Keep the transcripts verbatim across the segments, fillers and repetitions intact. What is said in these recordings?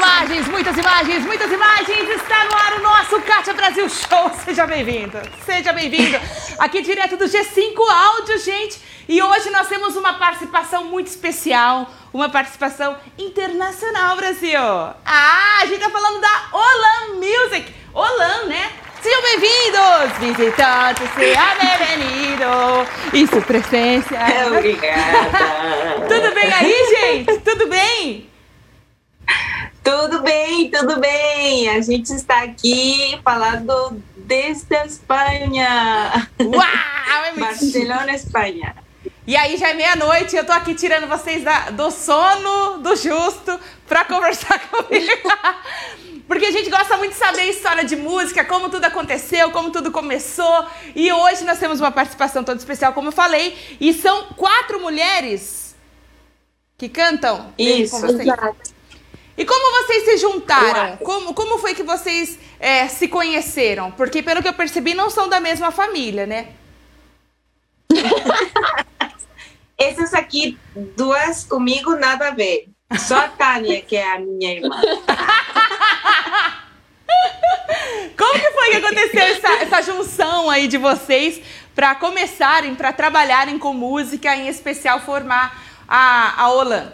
imagens, muitas imagens, muitas imagens. Está no ar o nosso Kátia Brasil Show. Seja bem-vindo, seja bem-vindo. Aqui direto do G cinco Áudio, gente. E hoje nós temos uma participação muito especial, uma participação internacional, Brasil. Ah, a gente tá falando da Olan Music. Olan, né? Sejam bem-vindos, visitantes, seja bem-vindo. E sua presença. Obrigada. Tudo bem aí, gente? Tudo bem? Tudo bem, tudo bem. A gente está aqui falando desde a Espanha. Uau! É muito... Barcelona, Espanha. E aí já é meia-noite e eu tô aqui tirando vocês da, do sono do justo para conversar comigo. Porque a gente gosta muito de saber a história de música, como tudo aconteceu, como tudo começou. E hoje nós temos uma participação toda especial, como eu falei. E são quatro mulheres que cantam Isso, com vocês. exato. E como vocês se juntaram? Como, como foi que vocês é, se conheceram? Porque, pelo que eu percebi, não são da mesma família, né? Essas aqui, duas comigo, nada a ver. Só a Tânia, que é a minha irmã. Como que foi que aconteceu essa, essa junção aí de vocês para começarem, para trabalharem com música, em especial formar a, a Olan?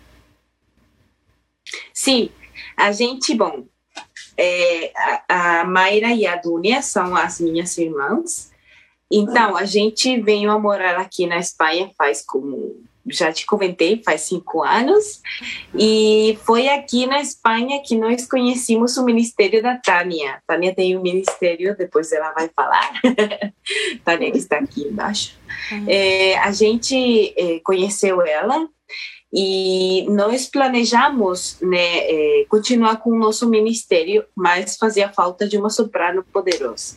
Sim, a gente, bom, é, a, a Mayra e a Dúnia são as minhas irmãs. Então, a gente veio a morar aqui na Espanha faz como, já te comentei, faz cinco anos. E foi aqui na Espanha que nós conhecemos o Ministério da Tânia. A Tânia tem um ministério, depois ela vai falar. Tânia que está aqui embaixo. Uhum. É, a gente é, conheceu ela. E nós planejamos, né, é, continuar com o nosso ministério, mas fazia falta de uma soprano poderosa.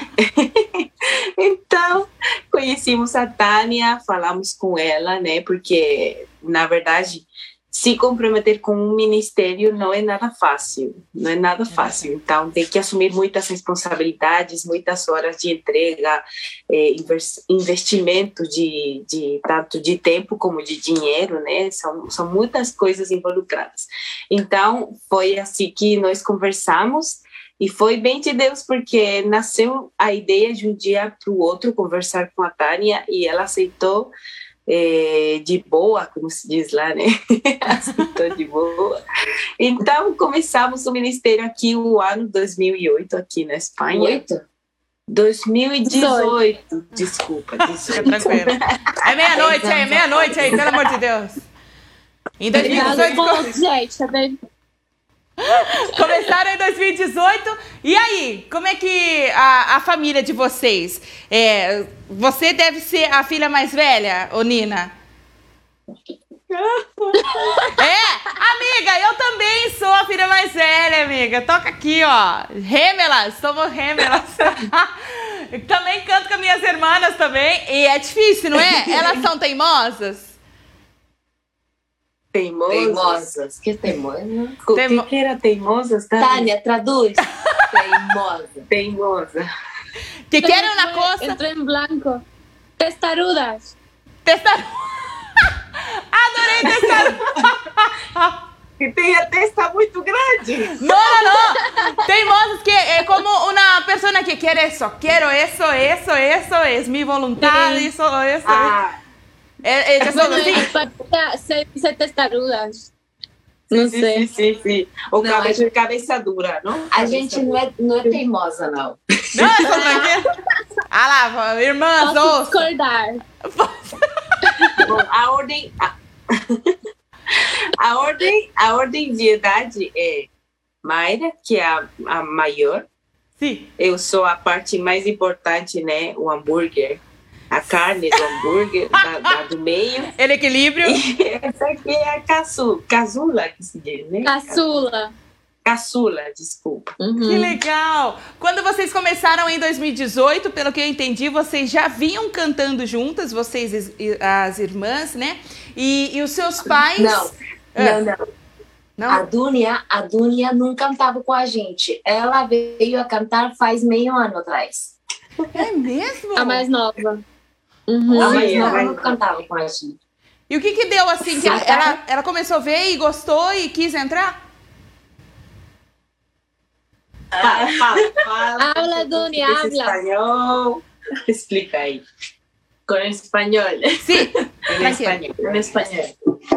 Então, conhecemos a Tânia, falamos com ela, né, porque, na verdade, se comprometer com um ministério não é nada fácil, não é nada fácil. Então, tem que assumir muitas responsabilidades, muitas horas de entrega, eh, investimento de, de tanto de tempo como de dinheiro, né? São, são muitas coisas involucradas. Então, foi assim que nós conversamos e foi bem de Deus, porque nasceu a ideia de um dia para o outro conversar com a Tânia e ela aceitou. É, de boa, como se diz lá, né? Aceitou de boa. Então, começamos o ministério aqui no ano dois mil e oito, aqui na Espanha. Oito? dois mil e dezoito, desculpa, desculpa. Tranquilo. É meia-noite aí, meia-noite aí, pelo amor de Deus. Em dois mil e dezoito... Bom, gente, tá bem? Começaram em dois mil e dezoito. E aí, como é que a, a família de vocês? É, você deve ser a filha mais velha, ô Nina? É, amiga, eu também sou a filha mais velha, amiga. Toca aqui, ó. Remelas, somos remelas. Também canto com as minhas irmãs também. E é difícil, não é? Elas são teimosas. Teimosas? Teimosas. Que teimosa? O Teimo... que, que era teimosas? Tânia, Tânia traduz. Teimosa. Teimosa. Que querem uma coisa... Entrou em branco. Testarudas. Testarudas. Adorei testarudas. Que tem a testa muito grande. Não, não, não. Teimosas que é como uma pessoa que quer isso. Quero isso, isso, isso, é minha vontade, isso, isso. Ah. É, é, bueno, assim? Se dice testarudas. Não sim, sei. Sim, sim, sim. O não, cabeça, gente, cabeça dura, não? A cabeça gente não é, não é teimosa, não. Não, é só tranquilo. Ah lá, irmãs, posso discordar. Bom, a ordem... A... a ordem... A ordem de idade é Mayra, que é a, a maior. Sim. Eu sou a parte mais importante, né? O hambúrguer. A carne do hambúrguer, da, da, do meio. Ele equilíbrio. E essa aqui é a caçula, caçula que se diz, né? Caçula. Caçula, desculpa. Uhum. Que legal! Quando vocês começaram em dois mil e dezoito, pelo que eu entendi, vocês já vinham cantando juntas, vocês, as irmãs, né? E, e os seus pais... Não, ah. não, não. Não? A Dúnia, a Dúnia não cantava com a gente. Ela veio a cantar faz meio ano atrás. É mesmo? A mais nova. Uhum. A mais nova não cantava com a gente. E o que que deu assim? Que ela, ela começou a ver e gostou e quis entrar? Fala, fala, fala. Habla, Dunia, habla. Español. Explica ahí. Con español. Sí, En español. En español.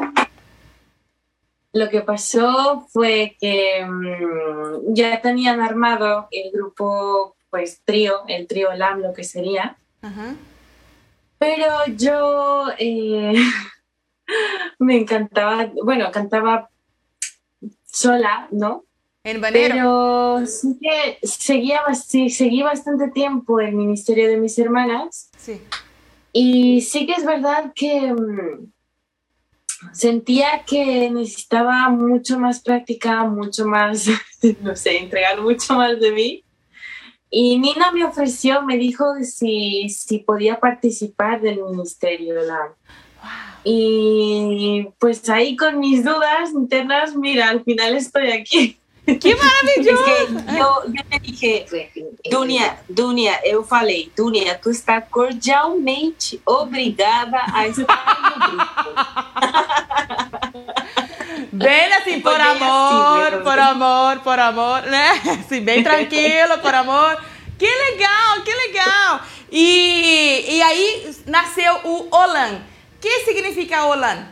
Lo que pasó fue que mmm, ya tenían armado el grupo, pues trío, el trío L A M, lo que sería. Ajá. Pero yo eh, me encantaba, bueno, cantaba sola, ¿no? En banero. Pero sí que seguía, sí, seguí bastante tiempo el ministerio de mis hermanas. Sí. Y sí que es verdad que mmm, sentía que necesitaba mucho más práctica, mucho más, no sé, entregar mucho más de mí. Y Nina me ofreció, me dijo si, si podía participar del ministerio. ¿La? Wow. Y pues ahí con mis dudas internas, mira, al final estoy aquí. Que maravilhoso! Es que yo, yo te dije, Dunia, Dunia, eu falei, Dunia, tu está cordialmente obrigada a estar no grupo. Bem assim, por Foi bem amor, assim, por amor, por amor, né? Assim, bem tranquilo, por amor. Que legal, que legal! E, e aí nasceu o Olam. O que significa Olam?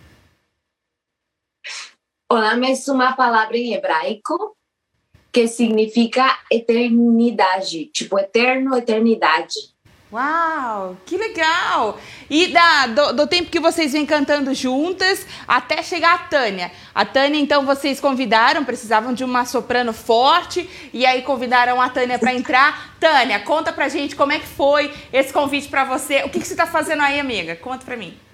Olam es una palabra en hebraico que significa eternidade, tipo eterno, eternidade. Uau, que legal! E da, do, do tempo que vocês vêm cantando juntas até chegar a Tânia. A Tânia, então, vocês convidaram, precisavam de uma soprano forte, e aí convidaram a Tânia para entrar. Tânia, conta pra gente como é que foi esse convite para você. O que, que você tá fazendo aí, amiga? Conta pra mim.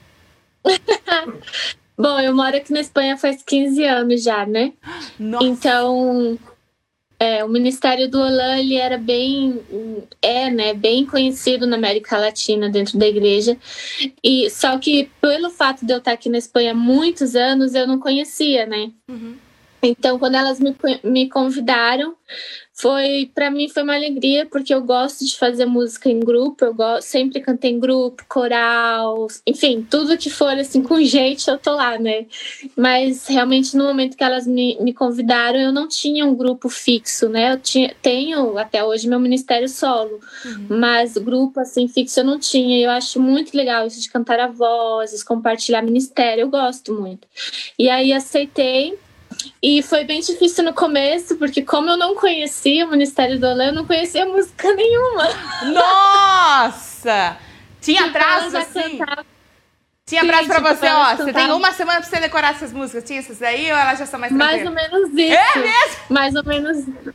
Bom, eu moro aqui na Espanha faz quinze anos já, né? Nossa. Então, é, o Ministério do Olam, ele era bem, é, né, bem conhecido na América Latina dentro da igreja. E só que pelo fato de eu estar aqui na Espanha há muitos anos, eu não conhecia, né? Uhum. Então, quando elas me, me convidaram, foi, para mim foi uma alegria, porque eu gosto de fazer música em grupo, eu gosto, sempre cantei em grupo, coral, enfim, tudo que for assim com gente eu tô lá, né? Mas realmente no momento que elas me, me convidaram, eu não tinha um grupo fixo, né? Eu tinha, tenho até hoje meu ministério solo, uhum. Mas grupo assim fixo eu não tinha, e eu acho muito legal isso de cantar a vozes, compartilhar ministério, eu gosto muito. E aí aceitei. E foi bem difícil no começo, porque como eu não conhecia o Ministério do Olam, eu não conhecia música nenhuma. Nossa! Tinha Então, prazo já assim? cantava. Tinha Sim, prazo pra tipo, você, ó, elas você tem cantavam. uma semana pra você decorar essas músicas. Tinha essas aí ou elas já são mais Mais ou tranquilas? menos isso. É mesmo? Mais ou menos isso.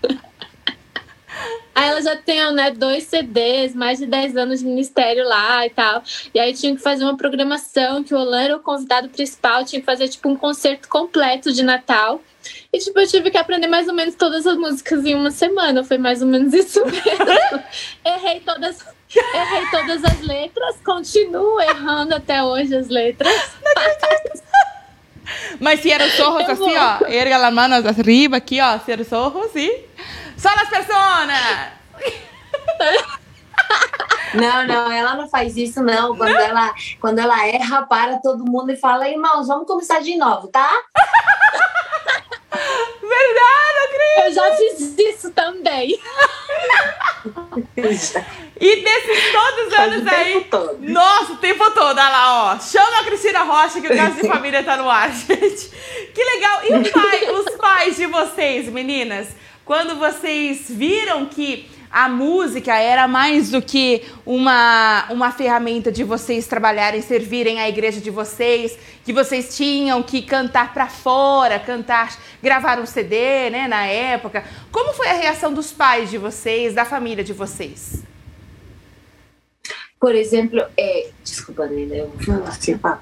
Aí ela já tem, né, dois C Ds, mais de dez anos de ministério lá e tal. E aí tinha que fazer uma programação, que o Olam era o convidado principal, tinha que fazer tipo um concerto completo de Natal. E tipo, eu tive que aprender mais ou menos todas as músicas em uma semana. Foi mais ou menos isso mesmo. Errei todas, errei todas as letras, continuo errando até hoje as letras. Mas cierra os ojos assim, ó. Erga las manos arriba aqui, ó. Cierra os ojos, sim. Só las personas! Não, não, ela não faz isso, não. Quando ela, quando ela erra, para todo mundo e fala, irmãos, vamos começar de novo, tá? Verdade, acredito! Eu já fiz isso também. E desses todos os anos aí... Todo. Nossa, o tempo todo, olha lá, ó. Chama a Cristina Rocha que o Caso de Família tá no ar, gente. Que legal. E o pai, os pais de vocês, meninas? Quando vocês viram que a música era mais do que uma, uma ferramenta de vocês trabalharem, servirem a igreja de vocês, que vocês tinham que cantar pra fora, cantar, gravar um C D, né, na época. Como foi a reação dos pais de vocês, da família de vocês? Por exemplo, é... desculpa, Nina, eu vou falar assim, pá.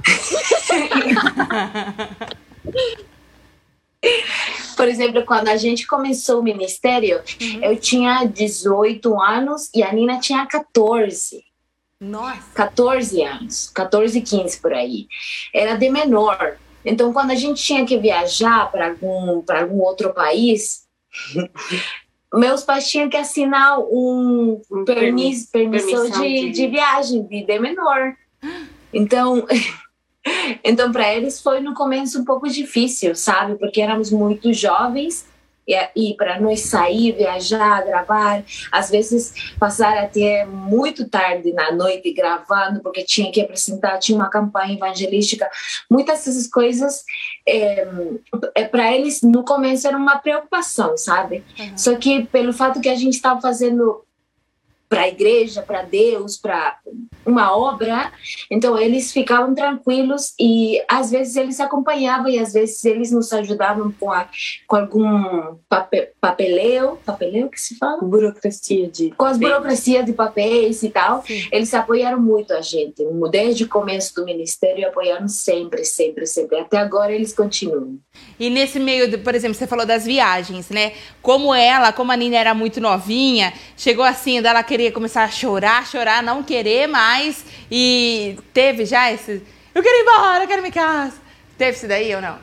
Por exemplo, quando a gente começou o ministério, uhum. eu tinha dezoito anos e a Nina tinha catorze. Nossa! catorze anos, catorze, quinze por aí. Era de menor. Então, quando a gente tinha que viajar para algum, para algum outro país, meus pais tinham que assinar um, um permis, permissão de, de... de viagem de, de menor. Então... Então, para eles foi no começo um pouco difícil, sabe? Porque éramos muito jovens e, e para nós sair, viajar, gravar, às vezes passar até muito tarde na noite gravando, porque tinha que apresentar, tinha uma campanha evangelística, muitas dessas coisas, é, é, para eles no começo era uma preocupação, sabe? Uhum. Só que pelo fato que a gente estava fazendo para a igreja, para Deus, para uma obra, então eles ficavam tranquilos e às vezes eles acompanhavam e às vezes eles nos ajudavam com, a, com algum papel, papeleu, papeleu que se fala? Burocracia de com as burocracias de papéis e tal. Sim. Eles apoiaram muito a gente, desde o começo do ministério apoiaram sempre, sempre, sempre, até agora eles continuam. E nesse meio, de, por exemplo, você falou das viagens, né? Como ela, como a Nina era muito novinha, chegou assim, dela querer começar a chorar, chorar, não querer mais, e teve já esse, eu quero ir embora, eu quero ir em casa. Teve isso daí ou não?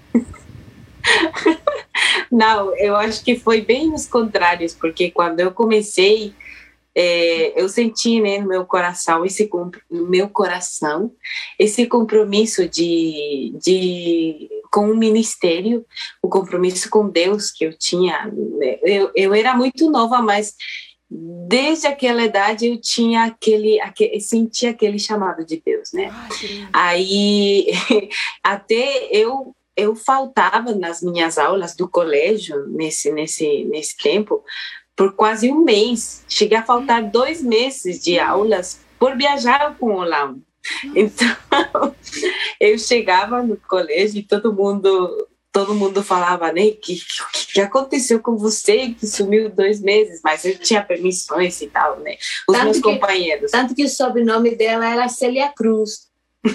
Não, eu acho que foi bem os contrários, porque quando eu comecei, é, eu senti, né, no meu coração esse no meu coração esse compromisso de, de com o ministério, o compromisso com Deus que eu tinha. Eu, eu era muito nova, mas desde aquela idade eu tinha aquele, aquele sentia aquele chamado de Deus, né? Ai, aí até eu eu faltava nas minhas aulas do colégio nesse nesse nesse tempo por quase um mês. Cheguei a faltar dois meses de aulas por viajar com o Olam. Então eu chegava no colégio e todo mundo todo mundo falava, né, que que, que aconteceu com você, que sumiu dois meses, mas eu tinha permissões e tal, né, os tanto meus que, companheiros. Tanto que o sobrenome dela era Célia Cruz.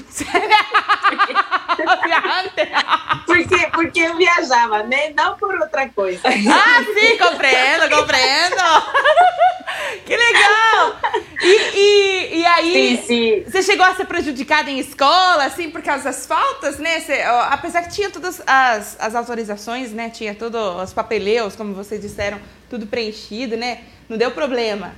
porque, porque eu viajava, né, não por outra coisa. Ah, sim, compreendo, compreendo. Que legal! E, e, e aí, sim, sim. Você chegou a ser prejudicada em escola, assim, por causa das faltas, né? Você, apesar que tinha todas as, as autorizações, né? Tinha todos os papeleus, como vocês disseram, tudo preenchido, né? Não deu problema?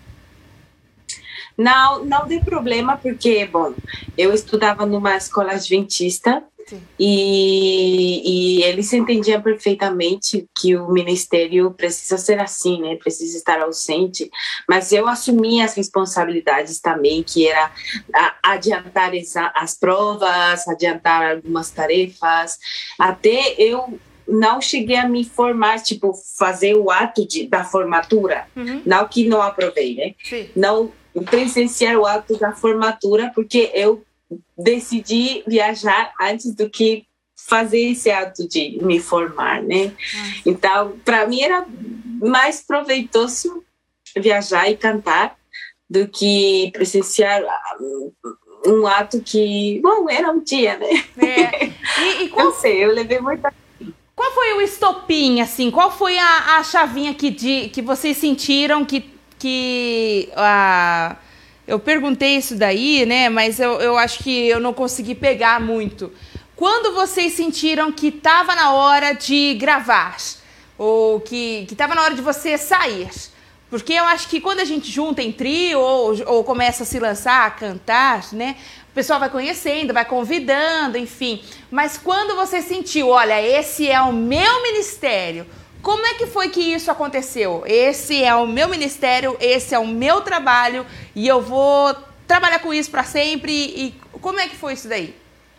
Não, não deu problema, porque, bom, eu estudava numa escola adventista e, e eles entendiam perfeitamente que o ministério precisa ser assim, né? Precisa estar ausente, mas eu assumi as responsabilidades também, que era adiantar as provas, adiantar algumas tarefas, até eu não cheguei a me formar, tipo, fazer o ato de, da formatura, uhum. Não que não aprovei, né? Sim. Não presenciar o ato da formatura, porque eu decidi viajar antes do que fazer esse ato de me formar, né? Nossa. Então, para mim era mais proveitoso viajar e cantar do que presenciar um ato que, bom, era um dia, né? É. E, e qual... Não sei, eu levei muita... Qual foi o estopim, assim? Qual foi a, a chavinha que, de, que vocês sentiram que... que uh, eu perguntei isso daí, né? Mas eu, eu acho que eu não consegui pegar muito. Quando vocês sentiram que estava na hora de gravar? Ou que estava na hora de você sair? Porque eu acho que quando a gente junta em trio ou, ou começa a se lançar, a cantar, né? O pessoal vai conhecendo, vai convidando, enfim. Mas quando você sentiu, olha, esse é o meu ministério, como é que foi que isso aconteceu? Esse é o meu ministério, esse é o meu trabalho e eu vou trabalhar com isso para sempre. E como é que foi isso daí?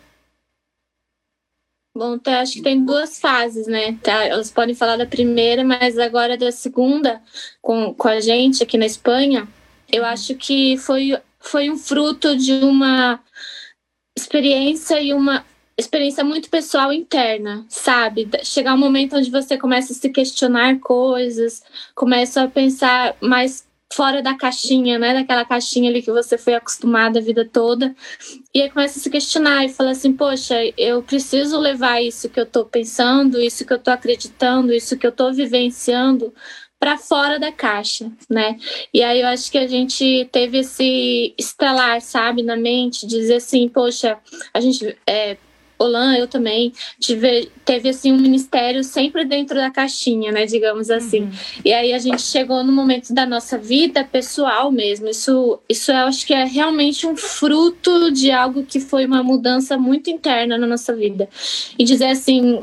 Bom, tá, acho que tem duas fases, né? Tá, elas podem falar da primeira, mas agora da segunda, com, com a gente aqui na Espanha, eu acho que foi, foi um fruto de uma experiência e uma experiência muito pessoal interna, sabe? Chegar um momento onde você começa a se questionar coisas, começa a pensar mais fora da caixinha, né? Daquela caixinha ali que você foi acostumada a vida toda. E aí começa a se questionar e fala assim, poxa, eu preciso levar isso que eu tô pensando, isso que eu tô acreditando, isso que eu tô vivenciando para fora da caixa, né? E aí eu acho que a gente teve esse estalar, sabe, na mente, dizer assim, poxa, a gente... É, Olam, eu também tive, teve assim um ministério sempre dentro da caixinha, né, digamos assim. Uhum. E aí a gente chegou no momento da nossa vida pessoal mesmo. Isso, isso eu acho que é realmente um fruto de algo que foi uma mudança muito interna na nossa vida. E dizer assim,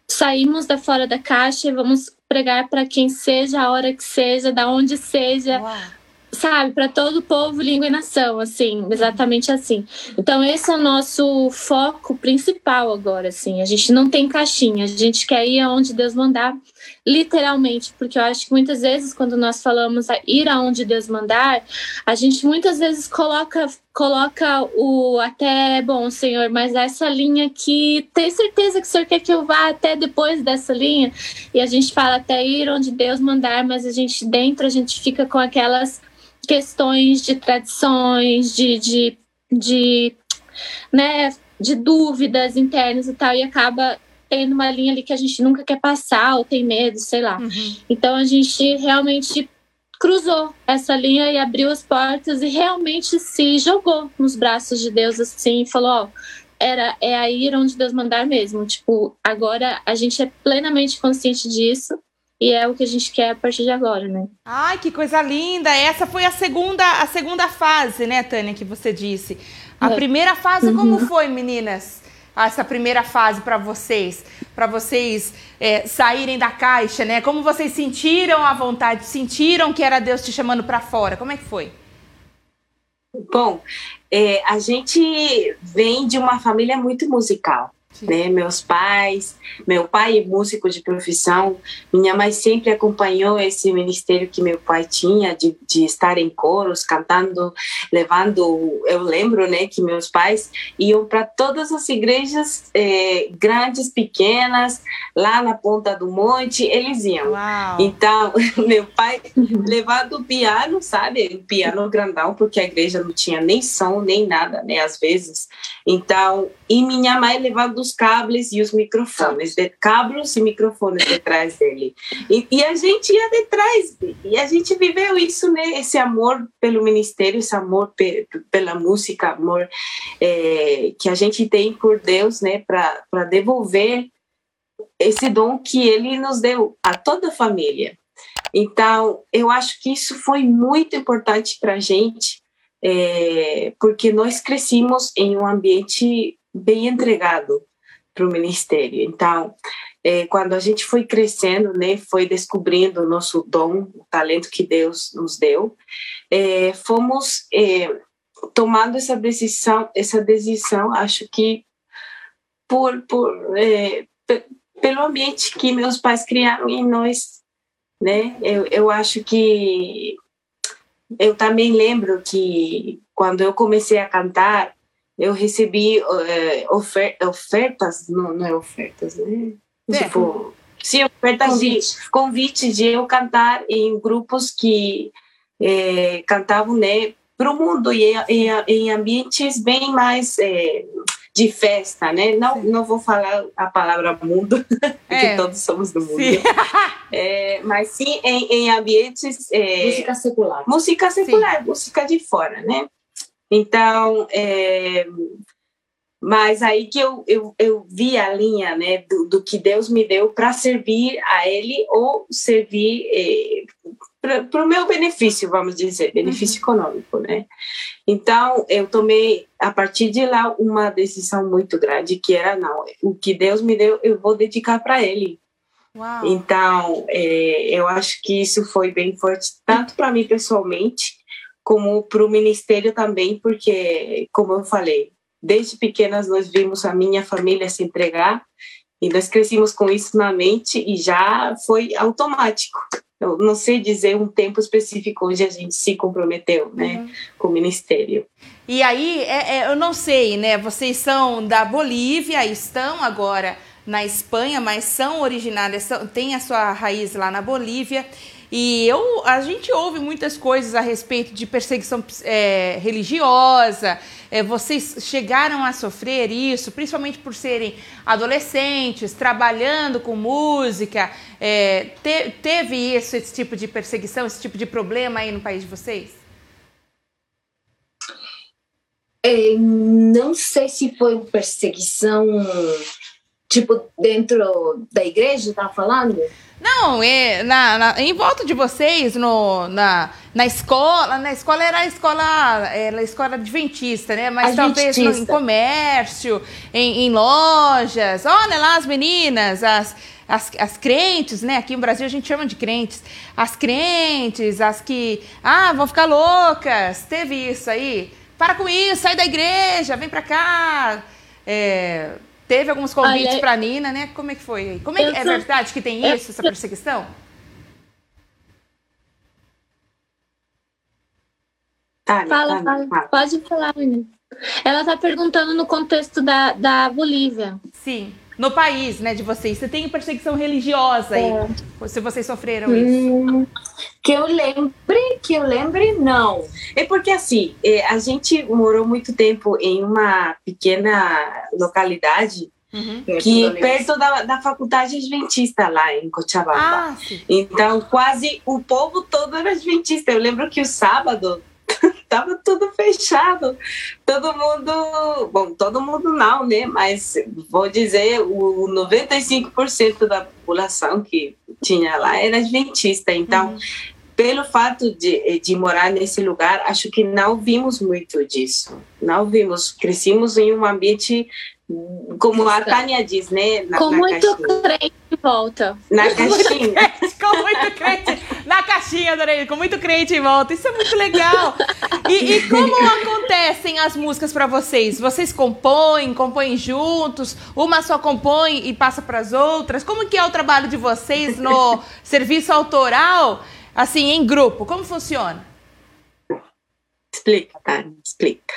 saímos da fora da caixa e vamos pregar para quem seja, a hora que seja, da onde seja. Uau. Sabe, para todo o povo, língua e nação, assim, exatamente assim. Então esse é o nosso foco principal agora, assim. A gente não tem caixinha, a gente quer ir aonde Deus mandar, literalmente, porque eu acho que muitas vezes quando nós falamos a ir aonde Deus mandar, a gente muitas vezes coloca coloca o até, bom, Senhor, mas essa linha aqui, tem certeza que o Senhor quer que eu vá até depois dessa linha? E a gente fala até ir onde Deus mandar, mas a gente dentro a gente fica com aquelas questões de tradições, de, de, de, né, de dúvidas internas e tal, e acaba tendo uma linha ali que a gente nunca quer passar, ou tem medo, sei lá. Uhum. Então a gente realmente cruzou essa linha e abriu as portas e realmente se jogou nos braços de Deus assim, e falou, ó, era, é a ir onde Deus mandar mesmo. Tipo, agora a gente é plenamente consciente disso. E é o que a gente quer a partir de agora, né? Ai, que coisa linda! Essa foi a segunda, a segunda fase, né, Tânia, que você disse. A é. primeira fase, uhum. Como foi, meninas? Essa primeira fase para vocês? Para vocês é, saírem da caixa, né? Como vocês sentiram a vontade? Sentiram que era Deus te chamando para fora? Como é que foi? Bom, é, a gente vem de uma família muito musical. Né, meus pais, meu pai é músico de profissão, minha mãe sempre acompanhou esse ministério que meu pai tinha de, de estar em coros, cantando, levando, eu lembro, né, que meus pais iam para todas as igrejas eh, grandes, pequenas, lá na ponta do monte, eles iam. Uau. Então, meu pai levando o piano, sabe, o piano grandão, porque a igreja não tinha nem som, nem nada, né, às vezes. Então, e minha mãe levando os cabos e os microfones, de, cabos e microfones detrás dele. E, e a gente ia detrás dele. E a gente viveu isso, né? Esse amor pelo ministério, esse amor pe, pela música, amor é, que a gente tem por Deus, né? Para devolver esse dom que ele nos deu a toda a família. Então, eu acho que isso foi muito importante para a gente, é, porque nós crescimos em um ambiente bem entregado para o ministério. Então, é, quando a gente foi crescendo, né, foi descobrindo o nosso dom, o talento que Deus nos deu, é, fomos é, tomando essa decisão, essa decisão, acho que por, por é, p- pelo ambiente que meus pais criaram em nós, né? Eu, eu acho que eu também lembro que quando eu comecei a cantar, eu recebi uh, ofer- ofertas, não, não é ofertas, né? É. Tipo, sim, ofertas convite. de convite de eu cantar em grupos que eh, cantavam, né, para o mundo e em, em ambientes bem mais eh, de festa, né? Não, não vou falar a palavra mundo, porque é. todos somos do mundo. Sim. É, mas sim em, em ambientes... Eh, música secular. Música secular, sim. Música de fora, né? Então, é, mas aí que eu, eu, eu vi a linha, né, do, do que Deus me deu para servir a Ele ou servir é, para o meu benefício, vamos dizer, benefício uhum. econômico, né? Então, eu tomei, a partir de lá, uma decisão muito grande, que era, não, o que Deus me deu, eu vou dedicar para Ele. Uau. Então, é, eu acho que isso foi bem forte, tanto para mim pessoalmente, como para o ministério também, porque, como eu falei, desde pequenas nós vimos a minha família se entregar e nós crescimos com isso na mente e já foi automático. Eu não sei dizer um tempo específico onde a gente se comprometeu, né, uhum. com o ministério. E aí, é, é, eu não sei, né, vocês são da Bolívia, estão agora na Espanha, mas são originárias, são, têm a sua raiz lá na Bolívia. E eu, a gente ouve muitas coisas a respeito de perseguição é, religiosa. É, vocês chegaram a sofrer isso, principalmente por serem adolescentes, trabalhando com música. É, te, teve isso, esse tipo de perseguição, esse tipo de problema aí no país de vocês? É, não sei se foi perseguição Tipo, dentro da igreja, tá falando? Não, é, na, na, em volta de vocês, no, na, na escola, na escola era a escola, era a escola adventista, né? Mas talvez no, em comércio, em, em lojas. Olha lá as meninas, as, as, as crentes, né? Aqui no Brasil a gente chama de crentes. As crentes, as que, ah, vão ficar loucas. Teve isso aí. Para com isso, sai da igreja, vem pra cá. É... Teve alguns convites para a Nina, né? Como é que foi? Como é, que, é verdade que tem isso, essa perseguição? Tá, fala, fala, fala. Pode falar, menina. Ela está perguntando no contexto da, da Bolívia. Sim, no país, né, de vocês. Você tem perseguição religiosa aí? É. Se vocês sofreram hum, isso? Que eu lembre, que eu lembre, não. É porque, assim, a gente morou muito tempo em uma pequena localidade uhum. que perto da, da faculdade adventista lá em Cochabamba. Ah, então, quase o povo todo era adventista. Eu lembro que o sábado estava tudo fechado, todo mundo, bom, todo mundo não, né, mas vou dizer, o noventa e cinco por cento da população que tinha lá era adventista, então, uhum. pelo fato de, de morar nesse lugar, acho que não vimos muito disso, não vimos, crescimos em um ambiente, como a Tânia diz, né, na, com na muito caixinha. Crente de volta. Na caixinha. Com muito crente na caixinha, adorei, com muito crente em volta, isso é muito legal. E, e como acontecem as músicas para vocês? Vocês compõem, compõem juntos? Uma só compõe e passa para as outras? Como que é o trabalho de vocês no serviço autoral, assim, em grupo? Como funciona? Explica, Tânia, explica.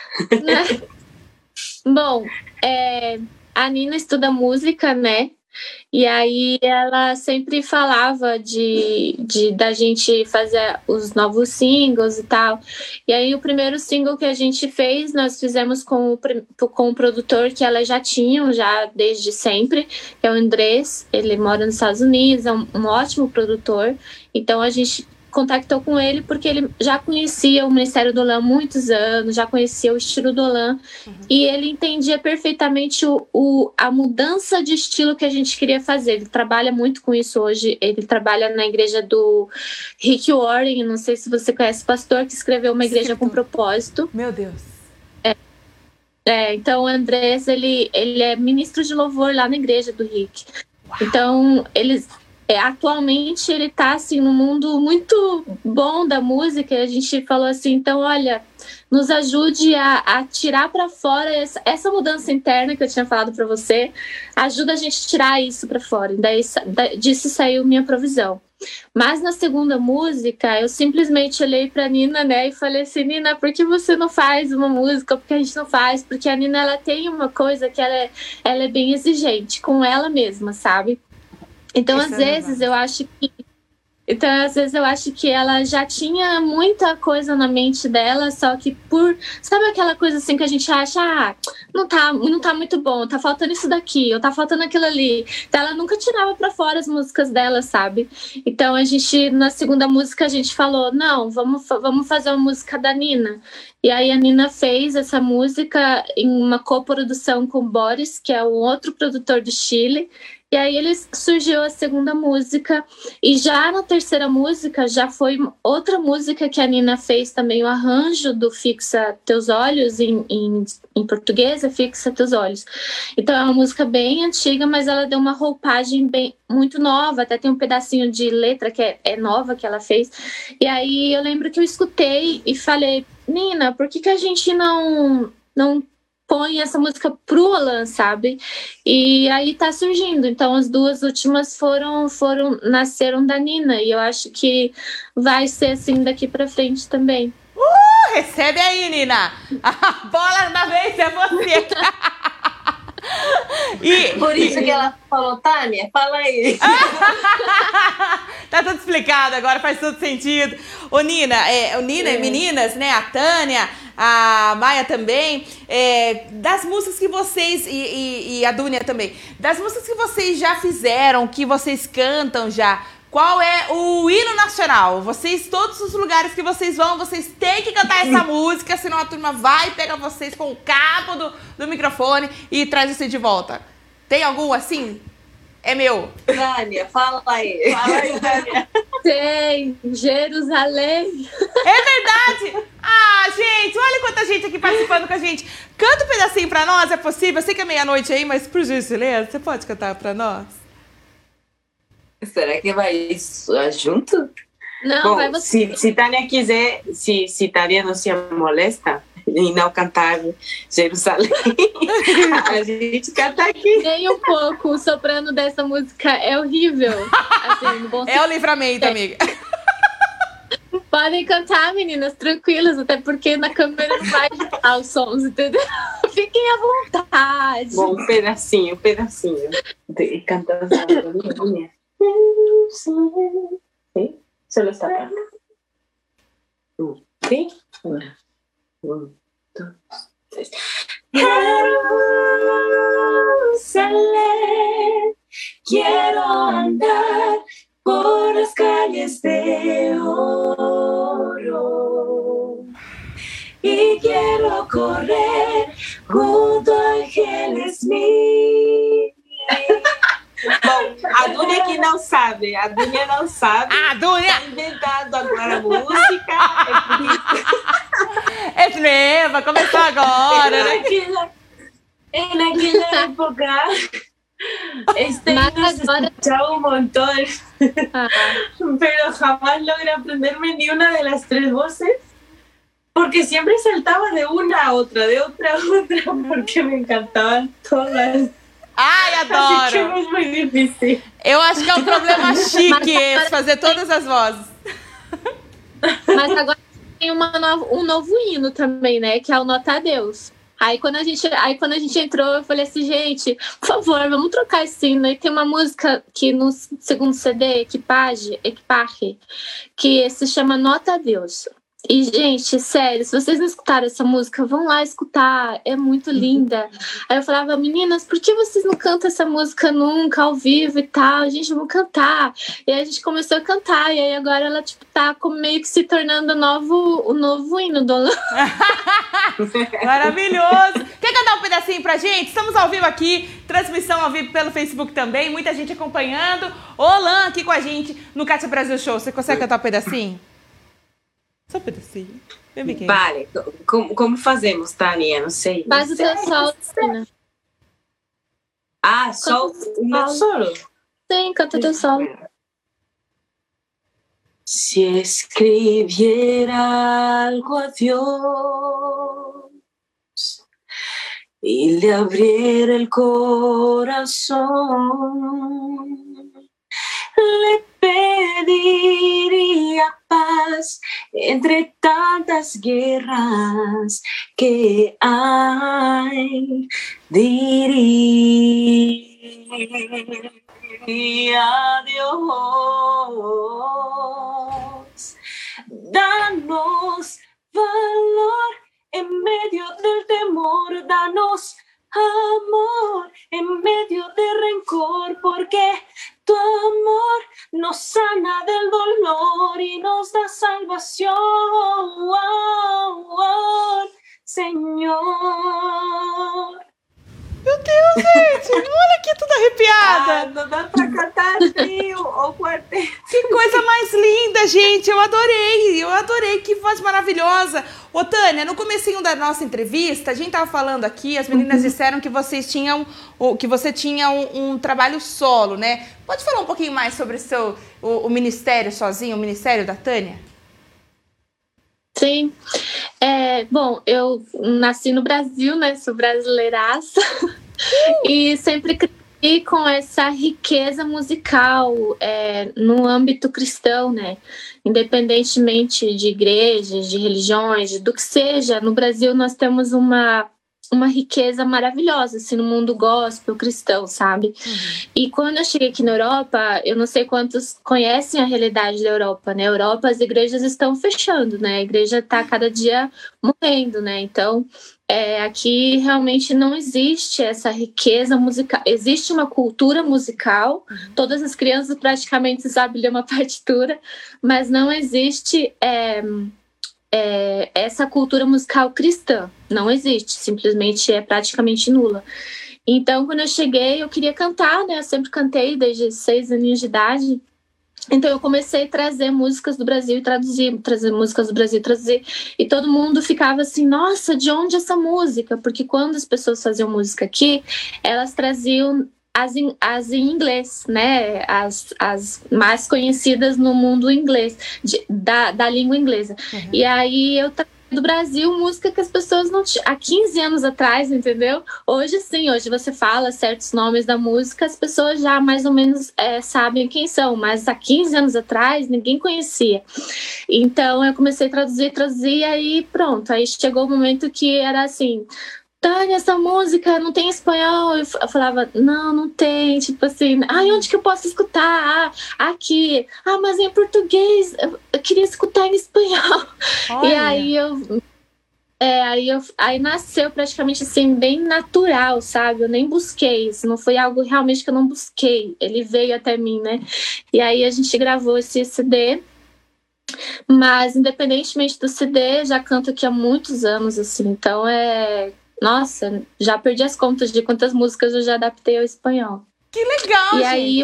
Bom, é, a Nina estuda música, né? E aí ela sempre falava de, de da gente fazer os novos singles e tal. E aí o primeiro single que a gente fez, nós fizemos com o, com o produtor que ela já tinha, já desde sempre, que é o Andrés. Ele mora nos Estados Unidos, é um, um ótimo produtor. Então a gente contactou com ele porque ele já conhecia o Ministério do Olam há muitos anos, já conhecia o estilo do Olam, uhum. e ele entendia perfeitamente o, o, a mudança de estilo que a gente queria fazer. Ele trabalha muito com isso hoje, ele trabalha na igreja do Rick Warren, não sei se você conhece o pastor que escreveu Uma Igreja com Propósito. Meu Deus! É, é, então o Andrés, ele, ele é ministro de louvor lá na igreja do Rick. Uau. Então, eles... É, atualmente ele está assim, num mundo muito bom da música, e a gente falou assim, então olha, nos ajude a, a tirar para fora essa, essa mudança interna que eu tinha falado para você, ajuda a gente a tirar isso para fora, e daí disso saiu minha provisão. Mas na segunda música eu simplesmente olhei para Nina, né, e falei assim, Nina, por que você não faz uma música? Porque a gente não faz, porque a Nina ela tem uma coisa que ela é, ela é bem exigente com ela mesma, sabe? Então, Esse às é vezes, eu acho que... Então, às vezes, eu acho que ela já tinha muita coisa na mente dela, só que por... Sabe aquela coisa assim que a gente acha, ah, não tá, não tá muito bom, tá faltando isso daqui, ou tá faltando aquilo ali. Então, ela nunca tirava pra fora as músicas dela, sabe? Então, a gente, na segunda música, a gente falou, não, vamos, vamos fazer uma música da Nina. E aí, a Nina fez essa música em uma coprodução com o Boris, que é um outro produtor do Chile. E aí eles surgiu a segunda música, e já na terceira música já foi outra música que a Nina fez também, o arranjo do Fixa Teus Olhos, em, em, em português é Fixa Teus Olhos. Então é uma música bem antiga, mas ela deu uma roupagem bem, muito nova, até tem um pedacinho de letra que é, é nova que ela fez. E aí eu lembro que eu escutei e falei, Nina, por que, que a gente não... não põe essa música pro Olam, sabe? E aí tá surgindo. Então as duas últimas foram, foram nasceram da Nina, e eu acho que vai ser assim daqui pra frente também. Uh, recebe aí, Nina! A bola da vez é você! E, Por isso e... que ela falou, Tânia, fala aí. Tá tudo explicado agora, faz todo sentido. Ô, Nina, é, o Nina, é. meninas, né? A Tânia, a Maia também, é, das músicas que vocês, e, e, e a Dúnia também, das músicas que vocês já fizeram, que vocês cantam já, qual é o hino nacional? Vocês, todos os lugares que vocês vão, vocês têm que cantar essa música, senão a turma vai pegar vocês com o cabo do, do microfone e traz você de volta. Tem algum assim? É meu. Tânia, fala aí. Fala aí, Tânia. Tem, Jerusalém. É verdade! Ah, gente, olha quanta gente aqui participando com a gente. Canta um pedacinho pra nós, é possível? Eu sei que é meia-noite aí, mas por gentileza, você pode cantar pra nós? Será que vai junto? Não, Bom, vai você. se, se Tânia quiser, se, se Tânia não se molesta em não cantar Jerusalém, a gente canta aqui. Nem um pouco. O soprano dessa música é horrível. Assim, no bom É o livramento, amiga. Podem cantar, meninas, tranquilas, até porque na câmera não vai editar os sons, entendeu? Fiquem à vontade. Bom, um pedacinho, um pedacinho. De cantar Jerusalém. Sim? Solo está acá. ¿Sí? Una. Un, dos, tres. Jerusalén, quiero andar por las calles de oro y quiero correr junto a ángeles míos. Bom, a Dunia que não sabe, a Dunia não sabe. Ah, Dunia! Tá inventando agora a música. É treva, começou agora, En né? aquella, en aquella época, este Mas nos agora- escuchaba un montón, Ah, pero jamás logré aprenderme ni una de las tres voces, porque siempre saltaba de una a otra, de otra a otra, porque me encantaban todas. Ai, Así que adoro! es muy difícil. Eu acho que é um problema chique esse, fazer todas as vozes. mas agora tem uma nova- um novo hino também, né? Que é o Nota a Deus. Aí quando, a gente, aí quando a gente entrou, eu falei assim, gente, por favor, vamos trocar esse hino. E tem uma música que no segundo C D, Equipage, Equipaje, que se chama Nota a Deus. E, gente, sério, se vocês não escutaram essa música, vão lá escutar, é muito linda. Aí eu falava, meninas, por que vocês não cantam essa música nunca, ao vivo e tal? Gente, vamos cantar. E aí a gente começou a cantar, e aí agora ela, tipo, tá como meio que se tornando o novo, o novo hino do Maravilhoso! Quer cantar um pedacinho pra gente? Estamos ao vivo aqui, transmissão ao vivo pelo Facebook também, muita gente acompanhando. Ô, Lan aqui com a gente no Kátia Brasil Show. Você consegue cantar um pedacinho? Só um pedacinho. Bem pequeno. Vale, como, como fazemos, Tânia? Não sei. Faz não o sei. teu sol, Tina. Ah, só o meu solo? Sim, canta teu sol. Si escribiera algo a Dios y le abriera el corazón, le pediría paz entre tantas guerras que hay. Diría Dios, danos valor en medio del temor, danos amor en medio de rencor, porque tu amor nos sana del dolor y nos da salvación, Señor. Meu Deus, gente! Olha aqui, tudo arrepiada! Ah, não dá pra cantar trio ou quarteto. Que coisa mais linda, gente! Eu adorei! Eu adorei! Que voz maravilhosa! Ô, Tânia, no comecinho da nossa entrevista, a gente tava falando aqui, as meninas disseram que vocês tinham, que você tinha um, um trabalho solo, né? Pode falar um pouquinho mais sobre o seu, o, o ministério sozinho, o ministério da Tânia? Sim. É, bom, eu nasci no Brasil, né? Sou brasileiraça. E sempre cresci com essa riqueza musical é, no âmbito cristão, né? Independentemente de igrejas, de religiões, do que seja, no Brasil nós temos uma, uma riqueza maravilhosa, assim, no mundo gospel cristão, sabe? Uhum. E quando eu cheguei aqui na Europa, eu não sei quantos conhecem a realidade da Europa, né? Na Europa as igrejas estão fechando, né? A igreja está cada dia morrendo, né? Então, é, aqui realmente não existe essa riqueza musical. Existe uma cultura musical, uhum. Todas as crianças praticamente sabem ler uma partitura, mas não existe... É, É, essa cultura musical cristã não existe, simplesmente é praticamente nula. Então, quando eu cheguei, eu queria cantar, né? Eu sempre cantei desde seis aninhos de idade. Então eu comecei a trazer músicas do Brasil e traduzir, trazer músicas do Brasil e traduzir. E todo mundo ficava assim, nossa, de onde é essa música? Porque quando as pessoas faziam música aqui, elas traziam as em, as em inglês, né? As, as mais conhecidas no mundo inglês, de, da, da língua inglesa. Uhum. E aí eu do Brasil, música que as pessoas não tinham há quinze anos atrás, entendeu? Hoje sim, hoje você fala certos nomes da música, as pessoas já mais ou menos é, sabem quem são, mas há quinze anos atrás ninguém conhecia. Então eu comecei a traduzir, traduzir, e aí pronto, aí chegou o momento que era assim, Tânia, essa música não tem espanhol? Eu falava, não, não tem, tipo assim, ah, onde que eu posso escutar? Ah, aqui. Ah, mas em português, eu queria escutar em espanhol. Olha. E aí eu, é, aí eu, aí nasceu praticamente assim, bem natural, sabe? Eu nem busquei, isso não foi algo realmente que eu não busquei, ele veio até mim, né? E aí a gente gravou esse C D, mas independentemente do C D, já canto aqui há muitos anos, assim, então é... Nossa, já perdi as contas de quantas músicas eu já adaptei ao espanhol. Que legal, e gente! Aí,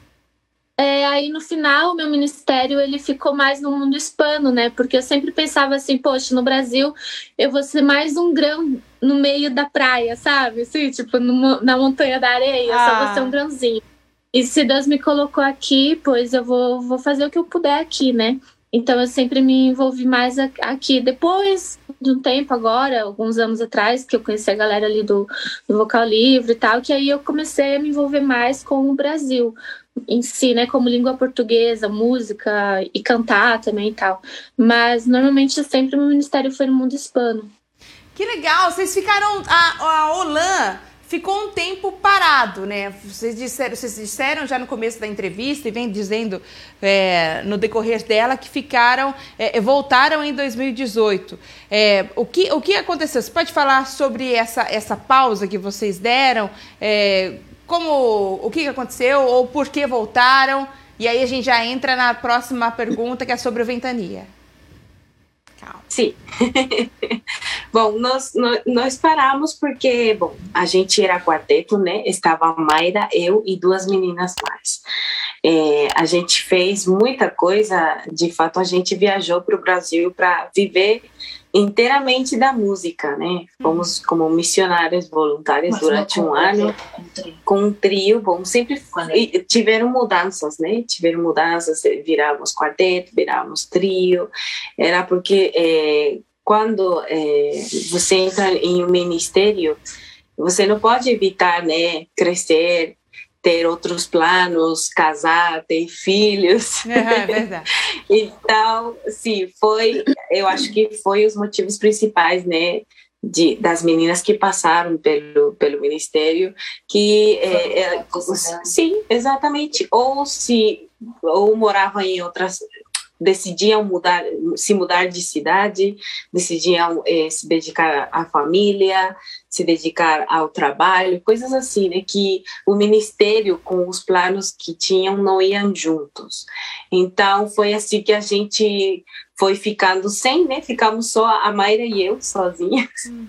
é, aí, no final, o meu ministério ele ficou mais no mundo hispano, né? Porque eu sempre pensava assim, poxa, no Brasil eu vou ser mais um grão no meio da praia, sabe? Assim, tipo, no, na montanha da areia, ah. só vou ser um grãozinho. E se Deus me colocou aqui, pois eu vou, vou fazer o que eu puder aqui, né? Então eu sempre me envolvi mais aqui. Depois de um tempo agora, alguns anos atrás, que eu conheci a galera ali do, do Vocal Livre e tal, que aí eu comecei a me envolver mais com o Brasil em si, né? Como língua portuguesa, música e cantar também e tal. Mas normalmente sempre o meu ministério foi no mundo hispano. Que legal! Vocês ficaram... A, a Olan ficou um tempo parado, né? Vocês disseram, vocês disseram já no começo da entrevista e vem dizendo é, no decorrer dela que ficaram, é, voltaram em dois mil e dezoito. É, o, que, o que aconteceu? Você pode falar sobre essa, essa pausa que vocês deram? É, como, o que aconteceu ou por que voltaram? E aí a gente já entra na próxima pergunta, que é sobre o Ventania. Calma. Sim. Bom, nós, nós, nós paramos porque, bom, a gente era quarteto, né? Estava a Mayra, eu e duas meninas mais. É, a gente fez muita coisa, de fato a gente viajou para o Brasil para viver inteiramente da música, né? Fomos como missionárias voluntárias Mas durante um ano com um trio, bom, sempre tiveram mudanças, né? Tiveram mudanças, virávamos quarteto, virávamos trio, era porque é, quando é, você entra em um ministério, você não pode evitar, né, crescer, ter outros planos, casar, ter filhos. É, é verdade. Então, sim, foi, eu acho que foi os motivos principais, né, de, das meninas que passaram pelo, pelo ministério, que, é, é, sim, exatamente, ou se, ou moravam em outras, decidiam mudar, se mudar de cidade, decidiam é, se dedicar à família, se dedicar ao trabalho, coisas assim, né, que o ministério com os planos que tinham não iam juntos. Então foi assim que a gente foi ficando sem, né, ficamos só a Mayra e eu sozinhas. Hum,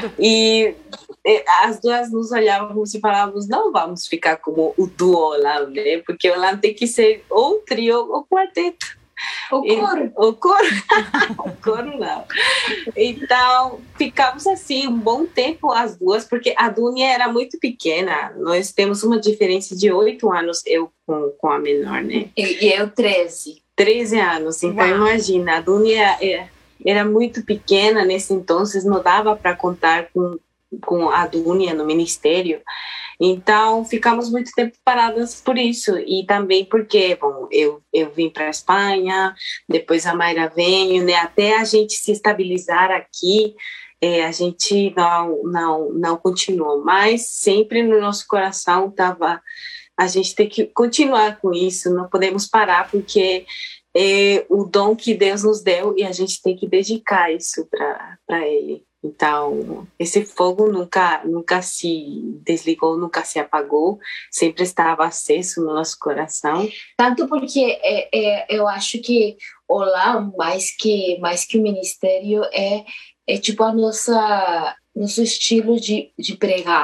e as duas nos olhávamos e falávamos, não vamos ficar como o duo lá, né, porque o lá tem que ser ou trio ou quarteto. O coro. O coro. O coro não. Então, ficamos assim um bom tempo as duas, porque a Dunia era muito pequena. Nós temos uma diferença de oito anos, eu com, com a menor, né? E eu treze. treze anos. Então, Uau. Imagina, a Dunia era, era muito pequena nesse entonces, não dava para contar com, com a Dunia no ministério. Então, ficamos muito tempo paradas por isso. E também porque, bom, eu, eu vim para a Espanha, depois a Mayra veio, né? Até a gente se estabilizar aqui, é, a gente não, não, não continuou. Mas sempre no nosso coração estava... A gente tem que continuar com isso, não podemos parar, porque é o dom que Deus nos deu e a gente tem que dedicar isso para Ele. Então, esse fogo nunca, nunca se desligou, nunca se apagou, sempre estava aceso no nosso coração. Tanto porque é, é, eu acho que Olá, mais que, mais que o ministério, é, é tipo a nossa, nosso estilo de, de pregar.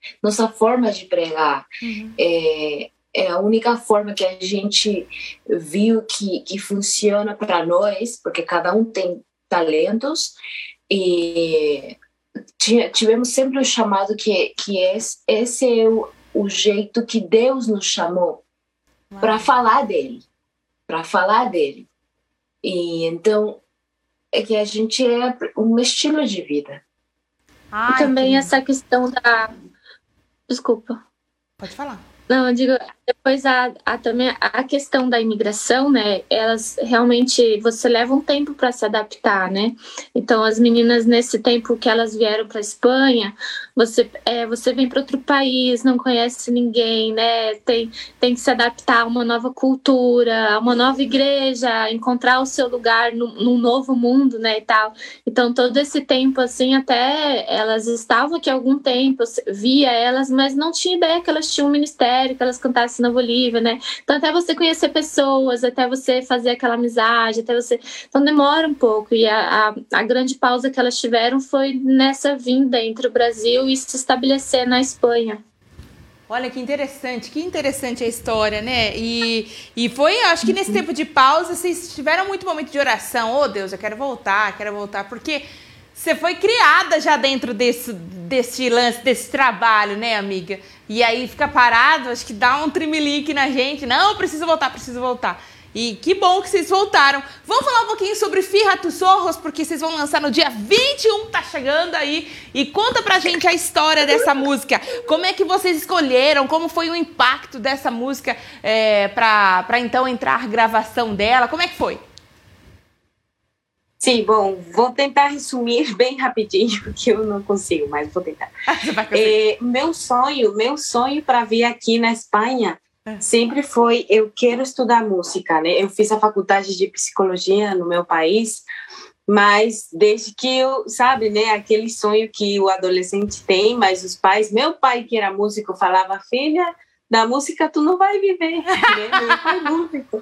nossa forma de pregar. Uhum. É, é a única forma que a gente viu que, que funciona para nós, porque cada um tem talentos, e tivemos sempre o chamado que, que esse, esse é o, o jeito que Deus nos chamou para falar dele, para falar dele. E então é que a gente é um estilo de vida. Ai, e também que... essa questão da... Desculpa. Pode falar. Não, eu digo, depois a, a, também a questão da imigração, né, elas realmente, você leva um tempo para se adaptar, né, então as meninas nesse tempo que elas vieram para a Espanha, você, é, você vem para outro país, não conhece ninguém, né, tem, tem que se adaptar a uma nova cultura, a uma nova igreja, encontrar o seu lugar no, num novo mundo, né, e tal, então todo esse tempo, assim, até elas estavam aqui há algum tempo, eu via elas, mas não tinha ideia que elas tinham um ministério, que elas cantassem na Bolívia, né? Então até você conhecer pessoas, até você fazer aquela amizade, até você... Então demora um pouco, e a, a, a grande pausa que elas tiveram foi nessa vinda entre o Brasil e se estabelecer na Espanha. Olha que interessante, que interessante a história, né? E, e foi, acho que nesse tempo de pausa, vocês tiveram muito momento de oração. Oh, Deus, eu quero voltar, quero voltar, porque você foi criada já dentro desse, desse lance, desse trabalho, né, amiga? E aí fica parado, acho que dá um trimelique na gente. Não, preciso voltar, preciso voltar. E que bom que vocês voltaram. Vamos falar um pouquinho sobre Fija tus Ojos, porque vocês vão lançar no dia vinte e um, tá chegando aí. E conta pra gente a história dessa música. Como é que vocês escolheram? Como foi o impacto dessa música é, pra, pra então entrar a gravação dela? Como é que foi? Sim, bom, vou tentar resumir bem rapidinho, porque eu não consigo, mas vou tentar. É, meu sonho, meu sonho para vir aqui na Espanha é. sempre foi, eu quero estudar música, né? Eu fiz a faculdade de psicologia no meu país, mas desde que eu, sabe, né, aquele sonho que o adolescente tem, mas os pais, meu pai que era músico falava, filha, da música tu não vai viver, né? Meu pai é músico.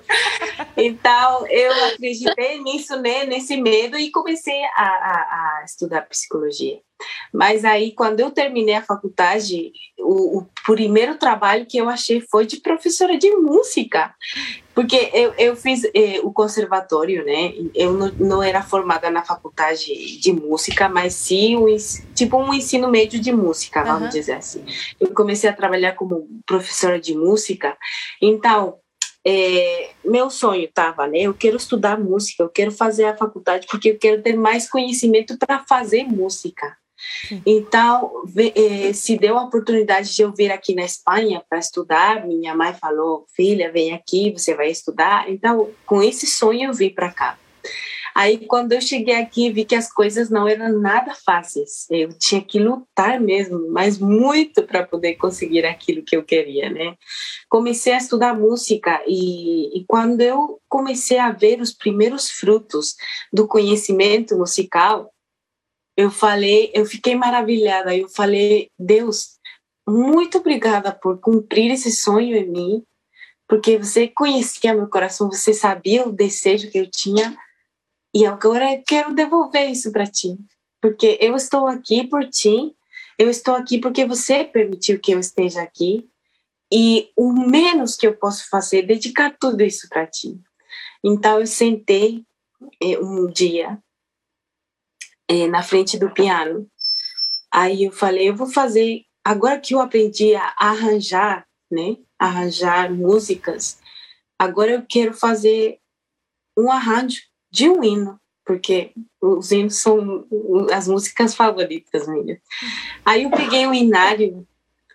Então eu acreditei nisso, né, nesse medo, e comecei a, a, a estudar psicologia. Mas aí quando eu terminei a faculdade, o, o primeiro trabalho que eu achei foi de professora de música, porque eu, eu fiz eh, o conservatório, né? Eu não, não era formada na faculdade de música, mas sim um, tipo um ensino médio de música, vamos uhum. dizer assim. Eu comecei a trabalhar como professora de música, então é, meu sonho estava, né? Eu quero estudar música, eu quero fazer a faculdade porque eu quero ter mais conhecimento para fazer música. Sim. Então, se deu a oportunidade de eu vir aqui na Espanha para estudar, minha mãe falou, filha, vem aqui, você vai estudar. Então, com esse sonho eu vim para cá. Aí, quando eu cheguei aqui, vi que as coisas não eram nada fáceis. Eu tinha que lutar mesmo, mas muito para poder conseguir aquilo que eu queria, né? Comecei a estudar música e, e quando eu comecei a ver os primeiros frutos do conhecimento musical, eu falei, eu fiquei maravilhada. Eu falei, Deus, muito obrigada por cumprir esse sonho em mim, porque você conhecia meu coração, você sabia o desejo que eu tinha, e agora eu quero devolver isso para ti, porque eu estou aqui por ti, eu estou aqui porque você permitiu que eu esteja aqui, e o menos que eu posso fazer é dedicar tudo isso para ti. Então eu sentei um dia É, na frente do piano. Aí eu falei, eu vou fazer, agora que eu aprendi a arranjar, né, arranjar músicas, agora eu quero fazer um arranjo de um hino, porque os hinos são as músicas favoritas minhas. Aí eu peguei o hinário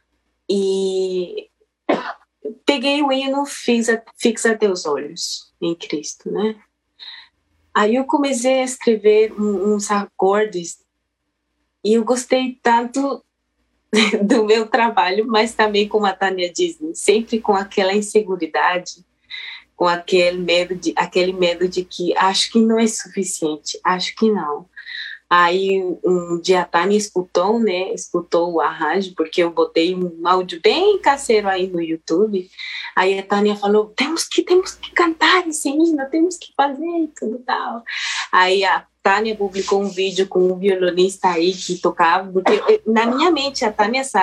e peguei o hino Fixa, Fixa Teus Olhos em Cristo, né? Aí eu comecei a escrever uns acordes e eu gostei tanto do meu trabalho, mas também, como a Tânia diz, sempre com aquela inseguridade, com aquele medo de, aquele medo de que acho que não é suficiente, acho que não. Aí um dia a Tânia escutou, né, escutou o arranjo, porque eu botei um áudio bem caseiro aí no YouTube. Aí a Tânia falou, temos que, temos que cantar esse hino, temos que fazer e tudo tal. Aí a Tânia publicou um vídeo com um violonista aí que tocava, porque na minha mente, a Tânia sabe,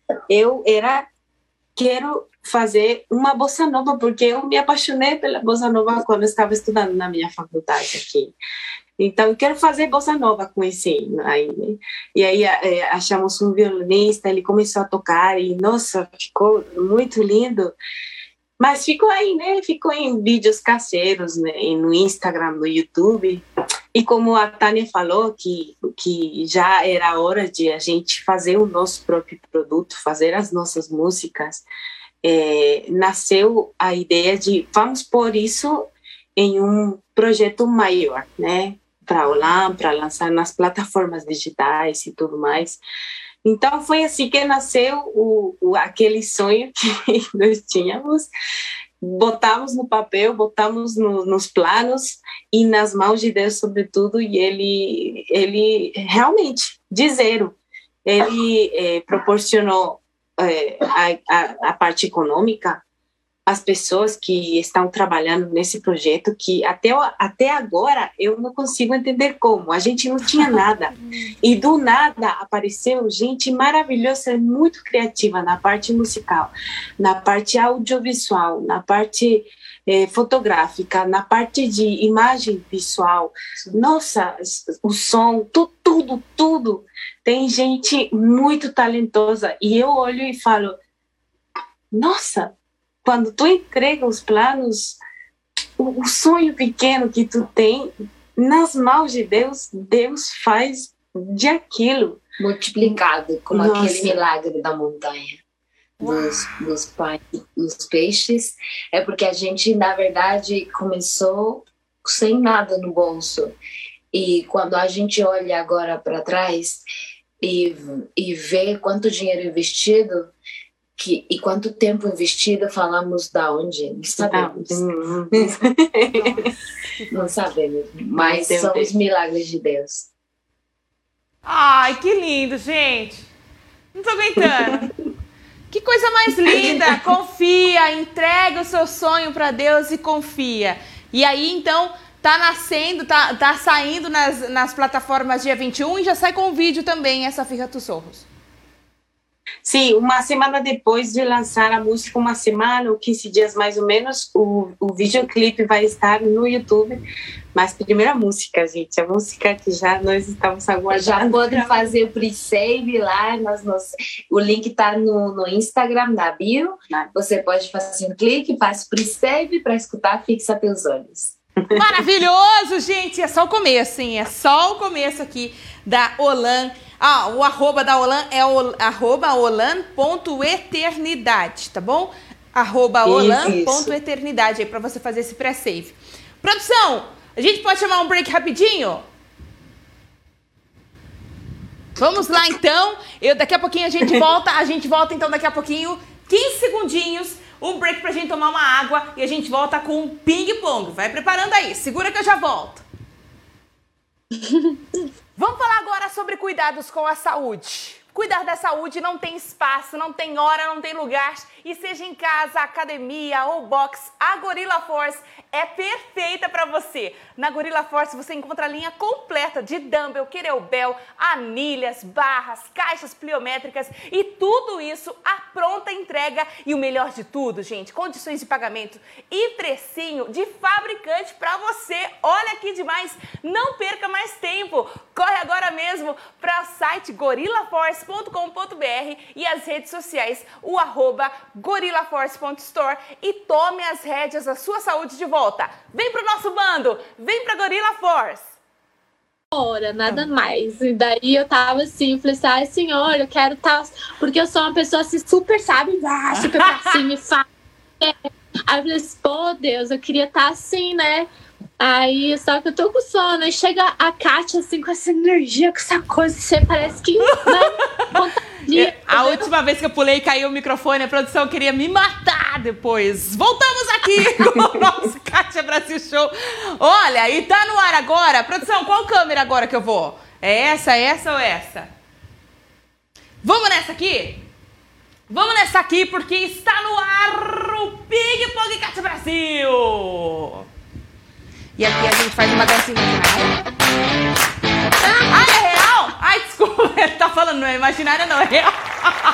eu era, quero fazer uma bossa nova, porque eu me apaixonei pela bossa nova quando eu estava estudando na minha faculdade aqui. Então, eu quero fazer bossa nova com esse aí, né? E aí é, achamos um violinista, ele começou a tocar e, nossa, ficou muito lindo. Mas ficou aí, né? Ficou em vídeos caseiros, né? No Instagram, no YouTube. E como a Tânia falou, que, que já era hora de a gente fazer o nosso próprio produto, fazer as nossas músicas, é, nasceu a ideia de vamos pôr isso em um projeto maior, né? Para o Olan, para lançar nas plataformas digitais e tudo mais. Então, foi assim que nasceu o, o, aquele sonho que nós tínhamos. Botamos no papel, botamos no, nos planos e nas mãos de Deus, sobretudo, e ele, ele realmente, de zero, ele é, proporcionou é, a, a, a parte econômica, as pessoas que estão trabalhando nesse projeto, que até, até agora eu não consigo entender como. A gente não tinha nada. E do nada apareceu gente maravilhosa, muito criativa na parte musical, na parte audiovisual, na parte eh, fotográfica, na parte de imagem visual. Nossa, o som, tu, tudo, tudo. Tem gente muito talentosa. E eu olho e falo, nossa, quando tu entrega os planos, o, o sonho pequeno que tu tem, nas mãos de Deus, Deus faz de aquilo. Multiplicado, como Nossa. Aquele milagre da montanha dos, dos, pa- dos peixes. É porque a gente, na verdade, começou sem nada no bolso. E quando a gente olha agora para trás e, e vê quanto dinheiro investido, Que, e quanto tempo investido, falamos da onde? Não sabemos. Não sabemos, mas são os milagres de Deus. Ai, que lindo, gente. Não tô aguentando. Que coisa mais linda. Confia, entrega o seu sonho para Deus e confia. E aí, então, tá nascendo, tá, tá saindo nas, nas plataformas dia vinte e um e já sai com o vídeo também, essa Filha dos Sorros. Sim, uma semana depois de lançar a música, uma semana ou quinze dias mais ou menos, o, o videoclipe vai estar no YouTube. Mas primeiro a música, gente, a música que já nós estamos aguardando. Já pode fazer o pre-save lá, nas, nos, o link está no, no Instagram, na bio. Você pode fazer um clique, faz pre-save para escutar, fixa teus olhos. Maravilhoso, gente! É só o começo, hein? É só o começo aqui da Olan. Ah, o arroba da Olan é o arroba olan.eternidade, tá bom? Arroba olan.eternidade aí pra você fazer esse pré-save. Produção, a gente pode chamar um break rapidinho? Vamos lá, então. Eu, daqui a pouquinho a gente volta. A gente volta, então, daqui a pouquinho. quinze segundinhos. Um break pra gente tomar uma água. E a gente volta com um ping-pong. Vai preparando aí. Segura que eu já volto. Vamos falar agora sobre cuidados com a saúde. Cuidar da saúde não tem espaço, não tem hora, não tem lugar. E seja em casa, academia ou box, a Gorilla Force é perfeita para você. Na Gorilla Force você encontra a linha completa de dumbbell, kettlebell, anilhas, barras, caixas pliométricas e tudo isso à pronta entrega. E o melhor de tudo, gente, condições de pagamento e precinho de fabricante para você. Olha que demais! Não perca mais tempo. Corre agora mesmo para o site gorilla force ponto com ponto b r e as redes sociais, o arroba gorilla force ponto store e tome as rédeas da sua saúde de volta. Vem pro nosso bando, vem pra Gorilla Force. Hora, nada mais. E daí eu tava assim, falei assim, ai senhor, eu quero estar, tá... porque eu sou uma pessoa assim, super, sabe, ah, super pra cima e fala. Aí eu falei assim, pô Deus, eu queria estar tá assim, né? Aí, só que eu tô com sono. Aí chega a Kátia, assim, com essa energia, com essa coisa, você parece que... Né, contagia, a última vez que eu pulei e caiu o microfone, a produção queria me matar depois. Voltamos aqui com o nosso Kátia Brasil Show. Olha, e tá no ar agora. Produção, qual câmera agora que eu vou? É essa, essa ou essa? Vamos nessa aqui? Vamos nessa aqui, porque está no ar o Ping Pong Kátia Brasil. E aqui a gente faz uma dancinha imaginária. Ah, é real? Ai, desculpa, ele tá falando, não é imaginária, não, é real.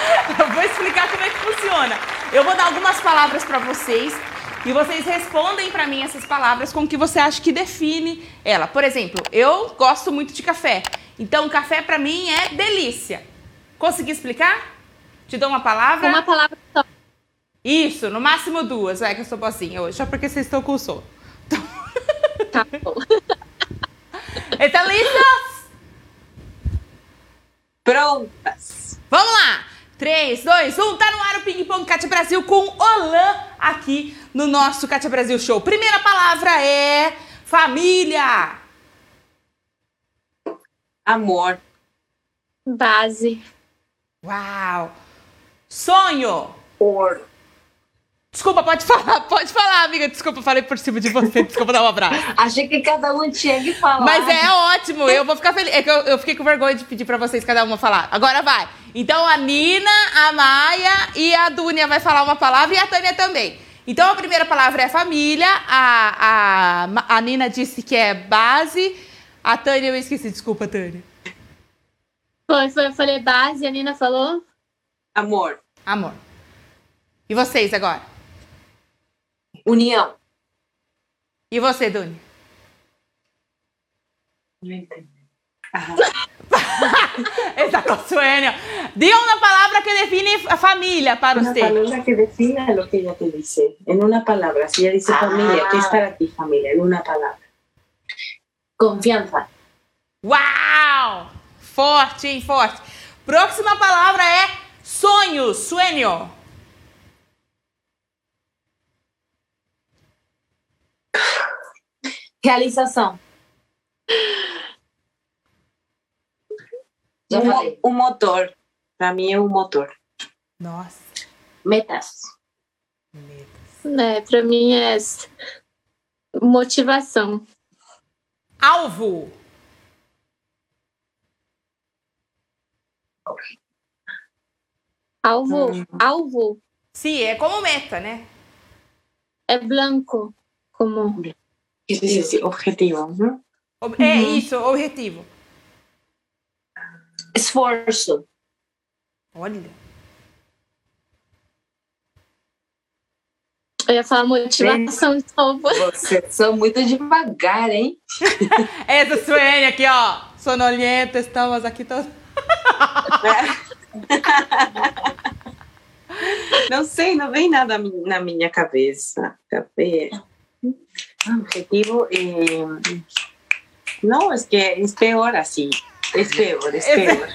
Eu vou explicar como é que funciona. Eu vou dar algumas palavras para vocês e vocês respondem para mim essas palavras com o que você acha que define ela. Por exemplo, eu gosto muito de café. Então, café para mim é delícia. Consegui explicar? Te dou uma palavra? Uma palavra só. Isso, no máximo duas. É que eu sou boazinha hoje, só porque vocês estão com sono. Tá bom. Estão listos? Prontas. Vamos lá! três, dois, um, tá no ar o Ping Pong Kátia Brasil com Olan aqui no nosso Kátia Brasil Show. Primeira palavra é família. Amor. Base. Uau! Sonho. Or. Desculpa, pode falar, pode falar, amiga. Desculpa, falei por cima de você. Desculpa dar um abraço. Achei que cada um tinha que falar. Mas é ótimo, eu vou ficar feliz. É que eu, eu fiquei com vergonha de pedir pra vocês cada uma falar. Agora vai. Então a Nina, a Maia e a Dúnia vai falar uma palavra e a Tânia também. Então a primeira palavra é família. A, a, a Nina disse que é base. A Tânia, eu esqueci. Desculpa, Tânia. Foi, foi, eu falei base, a Nina falou? Amor. Amor. E vocês agora? União. E você, Dúnia? Não entendi. Ah. Está com sueño. Diga uma palavra que define a família para Una você. palabra que defina lo que ella te dice. En una palabra. Si ella dice Ah. familia, ¿qué es para ti familia? En una palabra. Confiança. Uau! Forte, hein? Forte. Próxima palavra é sonho, sueño. Realização. Já Un, falei. un motor. Para mí es un motor. Nossa. Metas. É, pra mim é essa. Motivação. Alvo. Alvo. Hum. Alvo Sim, é como meta, né? é branco. Como. ¿Qué es ese objetivo? ¿No? Ob- É isso, objetivo. Esforço. Olha. Eu ia falar motivação de novo. Vocês são muito devagar, hein? Essa sueño aqui, ó. Sonolento, estamos aqui todos. Não sei, não vem nada mi- na minha cabeça. Café. Ah, objetivo. Eh, no, es que es peor así. Es peor, es peor.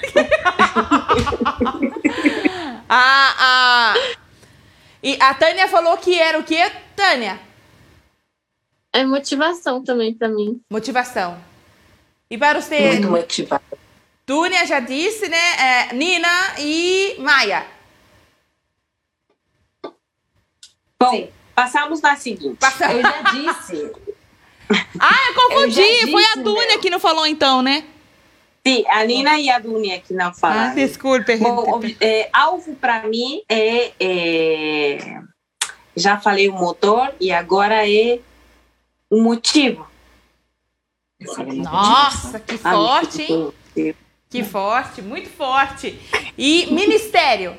A, a... E a Tânia falou que era o quê, Tânia? É motivação também pra mim. Motivação. E para você, Muito motivado. Dúnia já disse, né? É, Nina e Maia. Bom, Sim. passamos na seguinte. Passa... Eu já disse. Ah, eu confundi. Eu já Foi a disse, Dúnia meu. que não falou então, né? Sim, a Nina e a Dunia que não Ah, falaram. desculpe. Bom, ob- é, alvo para mim é, é. Já falei o motor e agora é o motivo. Nossa, que Ah, forte, hein? motivo. Que forte, muito forte. E ministério.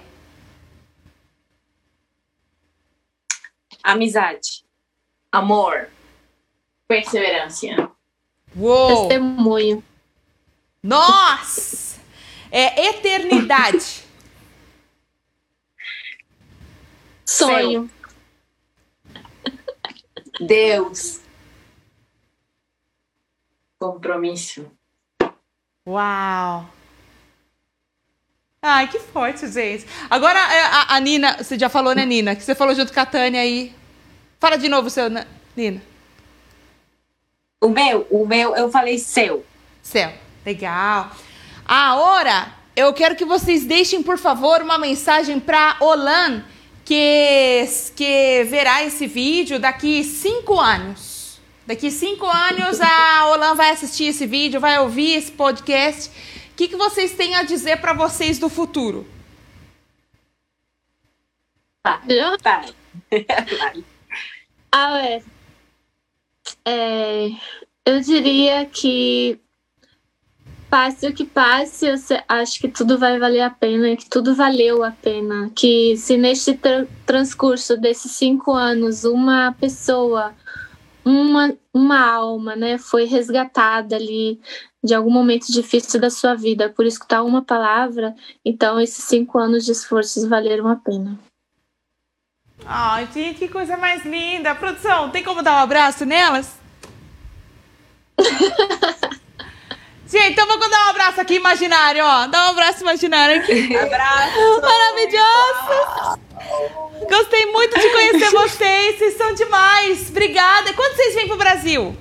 Amizade. Amor. Perseverança. Uou! Testemunho. Nossa! É eternidade. Sonho. Deus. Compromisso. Uau! Ai, que forte, gente. Agora, é, a, a Nina, você já falou, né, Nina? Que você falou junto com a Tânia aí. Fala de novo o seu, né, Nina. O meu, o meu, eu falei seu. Céu. Legal. Agora, eu quero que vocês deixem, por favor, uma mensagem para Olan, que, que verá esse vídeo daqui cinco anos. Daqui cinco anos, a Olan vai assistir esse vídeo, vai ouvir esse podcast. O que, que vocês têm a dizer para vocês do futuro? Já? Tá. Ah, é. É, eu diria que passe o que passe, eu acho que tudo vai valer a pena, que tudo valeu a pena. Que se neste tra transcurso desses cinco anos uma pessoa, uma, uma alma, né, foi resgatada ali de algum momento difícil da sua vida por escutar uma palavra, então esses cinco anos de esforços valeram a pena. Ai, gente, que coisa mais linda. Produção, tem como dar um abraço nelas? Gente, então vou dar um abraço aqui imaginário, ó. Dá um abraço imaginário aqui. Abraço! Maravilhoso! Gostei muito de conhecer vocês, vocês são demais. Obrigada. E quando vocês vêm pro Brasil?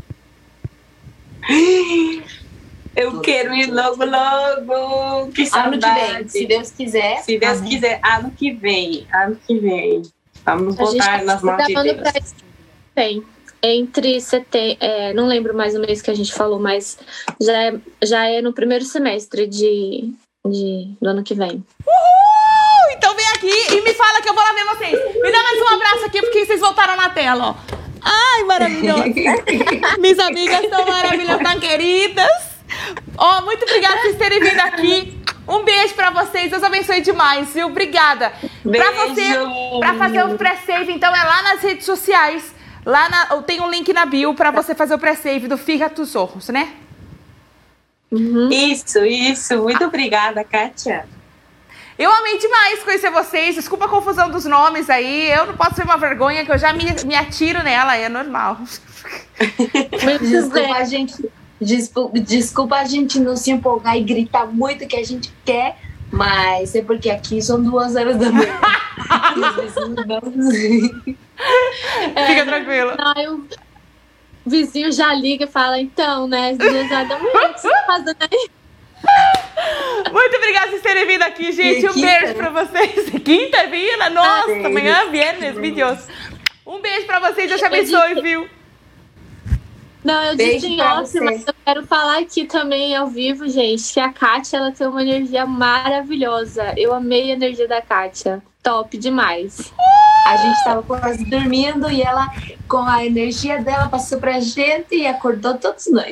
Eu quero ir logo, logo. Que Ano saudade. que vem, se Deus quiser. Se Deus Amém. quiser, ano que vem. Ano que vem. Vamos A gente voltar nas mãos de gravando Deus. pra esse- Bem, entre setembro, é, não lembro mais o mês que a gente falou, mas já é, já é no primeiro semestre de, de, do ano que vem. Uhul! Então vem aqui e me fala que eu vou lá ver vocês. Me dá mais um abraço aqui porque vocês voltaram na tela, ó. Ai, maravilhoso. Minhas amigas são maravilhosas, tão queridas. Ó, muito obrigada por vocês terem vindo aqui. Um beijo pra vocês, Deus abençoe demais, viu? Obrigada. Pra Beijo. você, pra fazer o pré-save, então é lá nas redes sociais. Lá na, tem um link na bio pra você fazer o pré-save do Fija tus Ojos, né? Uhum. Isso, isso. Muito obrigada, Kátia. Eu amei demais conhecer vocês. Desculpa a confusão dos nomes aí. Eu não posso ser uma vergonha, que eu já me, me atiro nela, é normal. Muito Desculpa bem. a gente, desculpa, desculpa a gente não se empolgar e gritar muito o que a gente quer, mas é porque aqui são duas horas da manhã. E os vizinhos não- Fica tranquilo. Aí o vizinho já liga e fala, então, né? Deus já dá uma fazendo aí. Muito obrigada por vocês terem vindo aqui, gente. E Um quinta, beijo né? pra vocês. Quinta, Vila? Nossa, Beijo. amanhã, viernes, vídeos. Um beijo pra vocês, Deus te abençoe, viu? Não, eu Beijo disse em pra off, você. mas eu quero falar aqui também ao vivo, gente, que a Kátia, ela tem uma energia maravilhosa. Eu amei a energia da Kátia. Top demais. A gente tava quase dormindo e ela, com a energia dela, passou pra gente e acordou todos nós.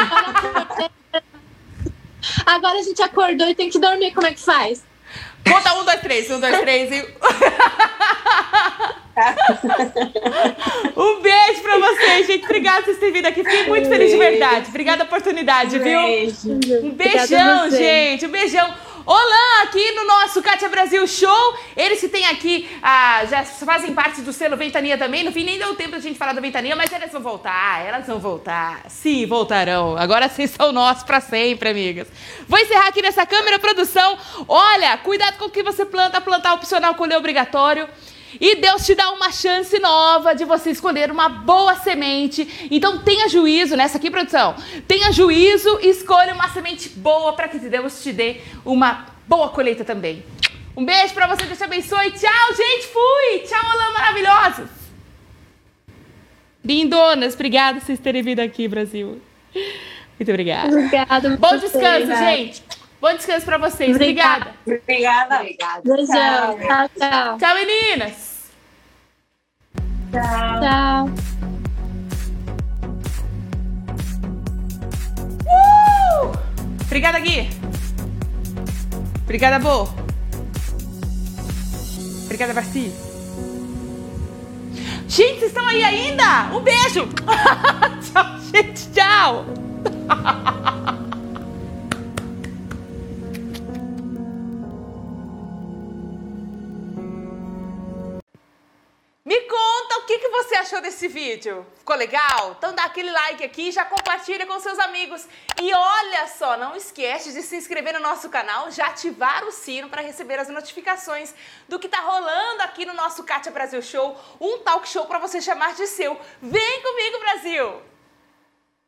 Agora a gente acordou e tem que dormir, como é que faz? Conta um, dois, três. Um, dois, três e... Um beijo pra vocês, gente. Obrigada por vocês terem vindo aqui. Fiquei muito feliz de verdade. Obrigada a oportunidade, viu? Beijo. Um Obrigada a beijão, você. gente. Um beijão. Olá, aqui no nosso Kátia Brasil Show. Eles que têm aqui, ah, já fazem parte do selo Ventania também. No fim, nem deu tempo da gente falar da Ventania, mas elas vão voltar. Elas vão voltar. Sim, voltarão. Agora vocês são nossos pra sempre, amigas. Vou encerrar aqui nessa câmera, produção. Olha, cuidado com o que você planta. Plantar opcional, colher obrigatório. E Deus te dá uma chance nova de você escolher uma boa semente. Então tenha juízo nessa aqui, produção. Tenha juízo e escolha uma semente boa para que Deus te dê uma boa colheita também. Um beijo para você, Deus te abençoe. Tchau, gente, fui. Tchau, Alã, maravilhosos. Lindonas, obrigada por vocês terem vindo aqui, Brasil. Muito obrigada. Obrigada. Bom descanso, gente. Bom descanso para vocês. Obrigada. Obrigada. Obrigada. Obrigada. Beijão. Tchau, tchau. Tchau, meninas. Tchau. Uh! Obrigada, Gui. Obrigada, Bo. Obrigada, Barci. Gente, vocês estão aí ainda? Um beijo. Tchau, gente. Tchau. Me conta o que, que você achou desse vídeo. Ficou legal? Então dá aquele like aqui, já compartilha com seus amigos. E olha só, não esquece de se inscrever no nosso canal, já ativar o sino para receber as notificações do que tá rolando aqui no nosso Kátia Brasil Show, um talk show para você chamar de seu. Vem comigo, Brasil!